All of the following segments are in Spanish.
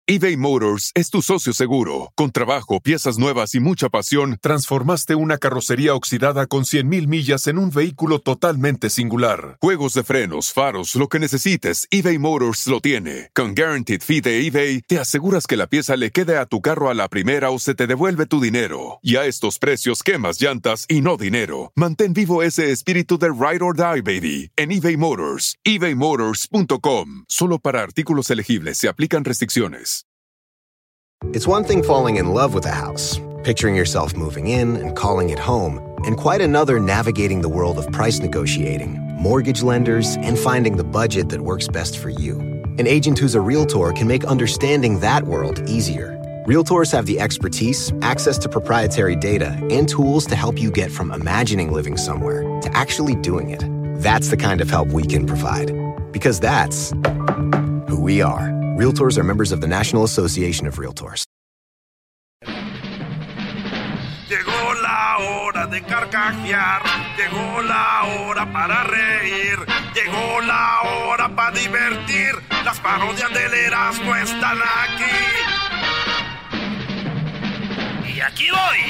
eBay Motors es tu socio seguro. Con trabajo, piezas nuevas y mucha pasión, transformaste una carrocería oxidada con 100,000 millas en un vehículo totalmente singular. Juegos de frenos, faros, lo que necesites, eBay Motors lo tiene. Con Guaranteed Fee de eBay, te aseguras que la pieza le quede a tu carro a la primera o se te devuelve tu dinero. Y a estos precios, quemas llantas y no dinero. Mantén vivo ese espíritu de Ride or Die, baby, en eBay Motors. ebaymotors.com. Solo para artículos elegibles se aplican restricciones. It's one thing falling in love with a house, picturing yourself moving in and calling it home, and quite another navigating the world of price negotiating, mortgage lenders, and finding the budget that works best for you. An agent who's a Realtor can make understanding that world easier. Realtors have the expertise, access to proprietary data, and tools to help you get from imagining living somewhere to actually doing it. That's the kind of help we can provide. Because that's who we are. Realtors are members of the National Association of Realtors. Llegó la hora de carcajear, llegó la hora para reír, llegó la hora para divertir. Las parodias del Erasmo están aquí. Y aquí voy.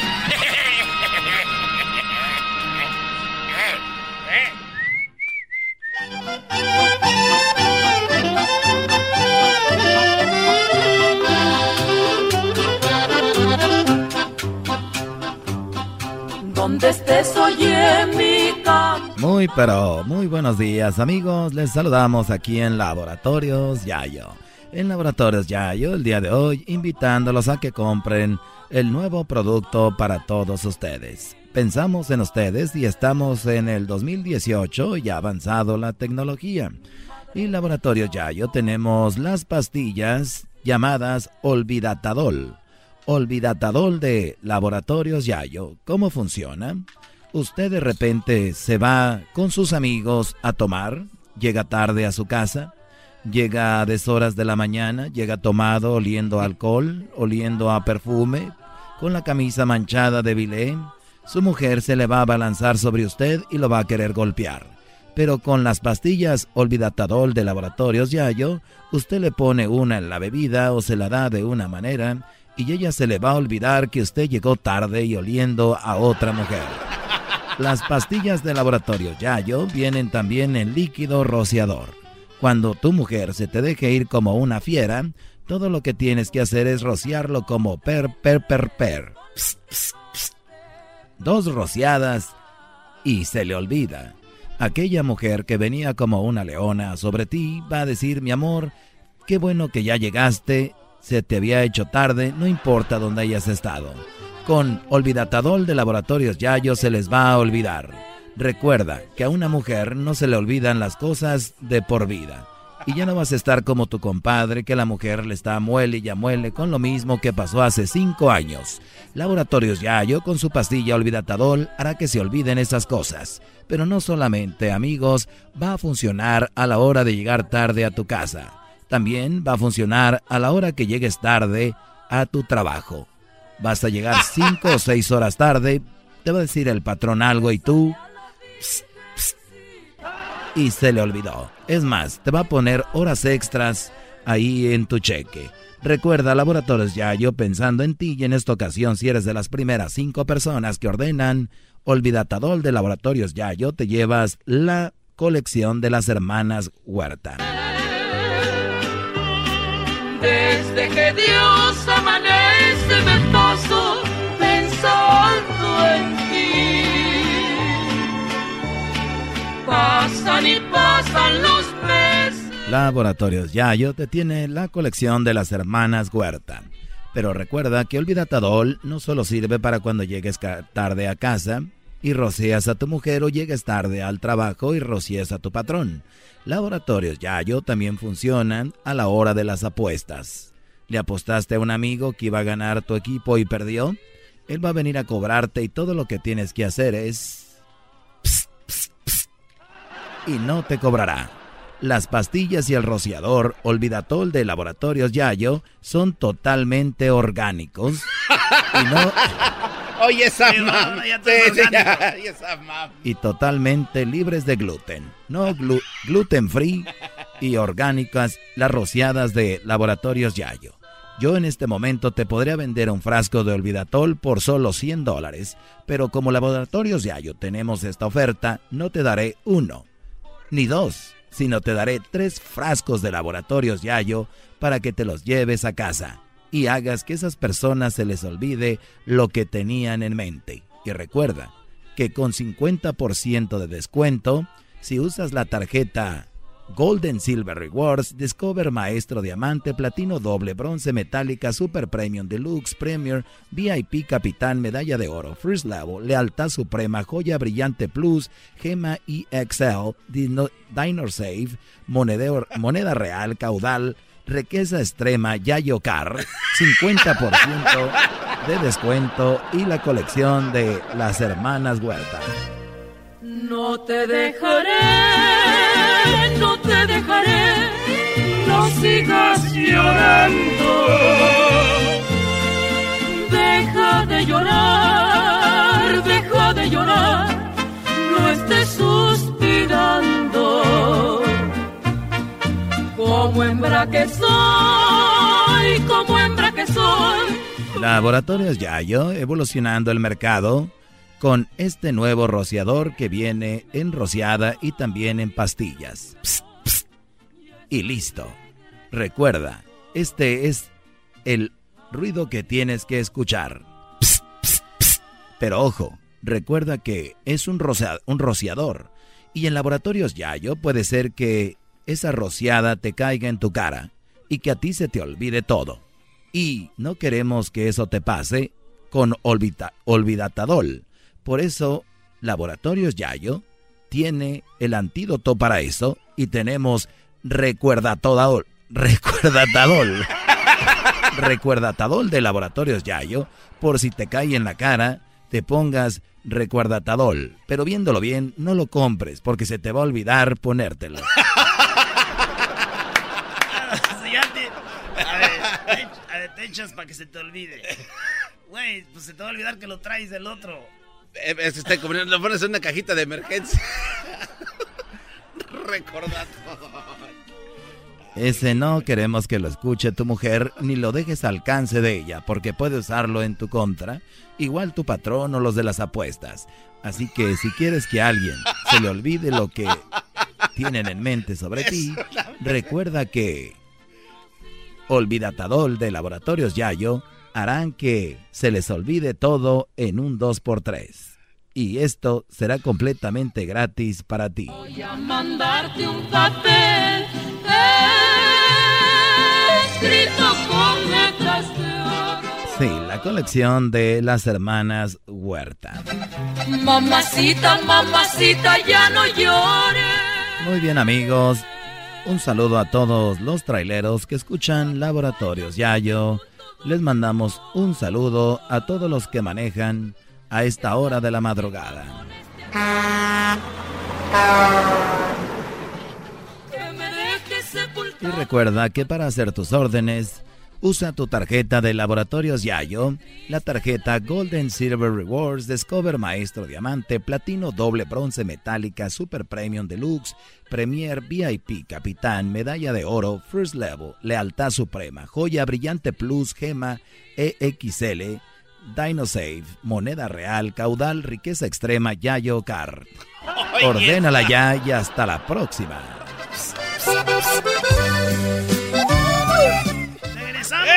Donde estés, oye mi canto. Muy buenos días, amigos. Les saludamos aquí en Laboratorios Yayo. En Laboratorios Yayo, el día de hoy, invitándolos a que compren el nuevo producto para todos ustedes. Pensamos en ustedes y estamos en el 2018 y ha avanzado la tecnología. En Laboratorios Yayo tenemos las pastillas llamadas Olvidatadol. Olvidatadol de Laboratorios Yayo. ¿Cómo funciona? Usted de repente se va con sus amigos a tomar, llega tarde a su casa, llega a deshoras de la mañana, llega tomado, oliendo a alcohol, oliendo a perfume, con la camisa manchada de bilé. Su mujer se le va a abalanzar sobre usted y lo va a querer golpear. Pero con las pastillas Olvidatadol de Laboratorios Yayo, usted le pone una en la bebida o se la da de una manera y ella se le va a olvidar que usted llegó tarde y oliendo a otra mujer. Las pastillas de Laboratorios Yayo vienen también en líquido rociador. Cuando tu mujer se te deje ir como una fiera, todo lo que tienes que hacer es rociarlo como per. Psst, psst, psst. 2 rociadas y se le olvida. Aquella mujer que venía como una leona sobre ti va a decir: mi amor, qué bueno que ya llegaste, se te había hecho tarde, no importa dónde hayas estado. Con Olvidatadol de Laboratorios Yayo se les va a olvidar. Recuerda que a una mujer no se le olvidan las cosas de por vida. Y ya no vas a estar como tu compadre, que la mujer le está muele y ya muele con lo mismo que pasó hace 5 años. Laboratorios Yayo con su pastilla Olvidatadol hará que se olviden esas cosas. Pero no solamente, amigos, va a funcionar a la hora de llegar tarde a tu casa. También va a funcionar a la hora que llegues tarde a tu trabajo. Vas a llegar 5 o 6 horas tarde, te va a decir el patrón algo y tú... Psst, psst, y se le olvidó. Es más, te va a poner horas extras ahí en tu cheque. Recuerda, Laboratorios Yayo pensando en ti, y en esta ocasión, si eres de las primeras 5 personas que ordenan Olvidatadol de Laboratorios Yayo, te llevas la colección de las hermanas Huerta. Desde que Dios amanece me paso pensando en ti. Pasan y pasan los meses. Laboratorios Yayo te tiene la colección de las hermanas Huerta. Pero recuerda que Olvidatadol no solo sirve para cuando llegues tarde a casa y rocías a tu mujer, o llegues tarde al trabajo y rocías a tu patrón. Laboratorios Yayo también funcionan a la hora de las apuestas. ¿Le apostaste a un amigo que iba a ganar tu equipo y perdió? Él va a venir a cobrarte y todo lo que tienes que hacer es... Psst, psst, psst, y no te cobrará. Las pastillas y el rociador Olvidatol de Laboratorios Yayo son totalmente orgánicos y no... Oye, esa mam. Y totalmente libres de gluten. No gluten free y orgánicas, las rociadas de Laboratorios Yayo. Yo en este momento te podría vender un frasco de Olvidatol por solo $100, pero como Laboratorios Yayo tenemos esta oferta, no te daré 1 ni 2, sino te daré 3 frascos de Laboratorios Yayo para que te los lleves a casa y hagas que esas personas se les olvide lo que tenían en mente. Y recuerda que con 50% de descuento, si usas la tarjeta Golden Silver Rewards, Discover Maestro Diamante, Platino Doble, Bronce Metálica, Super Premium, Deluxe, Premier, VIP Capitán, Medalla de Oro, First Level, Lealtad Suprema, Joya Brillante Plus, Gema EXL, Dino Save, Moneda Real, Caudal, Riqueza Extrema, Yayo Car, 50% de descuento y la colección de las hermanas Huerta. No te dejaré, no te dejaré, no sigas llorando. Deja de llorar, no estés suspirando. Como hembra que soy, Laboratorios Yayo, evolucionando el mercado con este nuevo rociador que viene en rociada y también en pastillas. Psst, psst. Y listo. Recuerda, este es el ruido que tienes que escuchar. Psst, psst, psst. Pero ojo, recuerda que es un rociador. Y en Laboratorios Yayo puede ser que esa rociada te caiga en tu cara y que a ti se te olvide todo. Y no queremos que eso te pase con Olvidatadol. Por eso, Laboratorios Yayo tiene el antídoto para eso y tenemos Recuerdatadol. Recuerdatadol de Laboratorios Yayo, por si te cae en la cara, te pongas Recuerdatadol. Pero viéndolo bien, no lo compres porque se te va a olvidar ponértelo. A ver, te echas para que se te olvide. Güey, pues se te va a olvidar que lo traes del otro. Lo pones en una cajita de emergencia. Recordatorio. Ese no queremos que lo escuche tu mujer ni lo dejes al alcance de ella, porque puede usarlo en tu contra, igual tu patrón o los de las apuestas. Así que si quieres que a alguien se le olvide lo que tienen en mente sobre ti, recuerda que Olvidatadol de Laboratorios Yayo harán que se les olvide todo en un 2x3. Y esto será completamente gratis para ti. voy a mandarte un papel escrito con letras de oro. Sí, la colección de las hermanas Huerta. Mamacita, mamacita, ya no llores. Muy bien, amigos. Un saludo a todos los traileros que escuchan Laboratorios Yayo. Les mandamos un saludo a todos los que manejan a esta hora de la madrugada. Y recuerda que para hacer tus órdenes, usa tu tarjeta de Laboratorios Yayo, la tarjeta Golden Silver Rewards, Discover Maestro Diamante, Platino Doble, Bronce Metálica, Super Premium Deluxe, Premier, VIP Capitán, Medalla de Oro, First Level, Lealtad Suprema, Joya Brillante Plus, Gema EXL, Dino Save, Moneda Real, Caudal, Riqueza Extrema, Yayo Car. Ordénala ya y hasta la próxima. ¡Regresamos!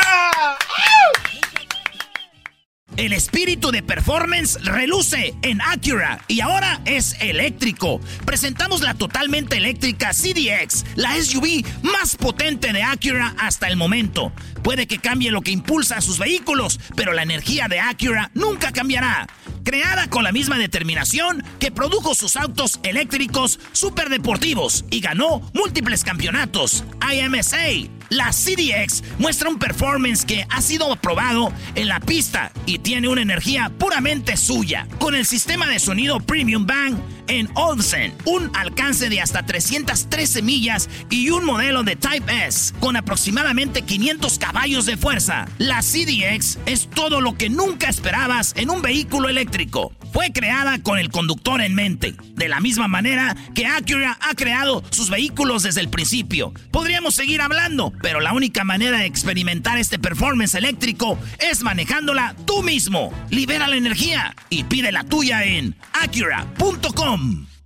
El espíritu de performance reluce en Acura y ahora es eléctrico. Presentamos la totalmente eléctrica CDX, la SUV más potente de Acura hasta el momento. Puede que cambie lo que impulsa a sus vehículos, pero la energía de Acura nunca cambiará. Creada con la misma determinación que produjo sus autos eléctricos superdeportivos y ganó múltiples campeonatos. IMSA, la CDX muestra un performance que ha sido aprobado en la pista y tiene una energía puramente suya. Con el sistema de sonido Premium Bang en Olsen, un alcance de hasta 313 millas y un modelo de Type S con aproximadamente 500 caballos de fuerza. La CDX es todo lo que nunca esperabas en un vehículo eléctrico. fue creada con el conductor en mente, de la misma manera que Acura ha creado sus vehículos desde el principio. Podríamos seguir hablando, pero la única manera de experimentar este performance eléctrico es manejándola tú mismo. Libera la energía y pide la tuya en Acura.com.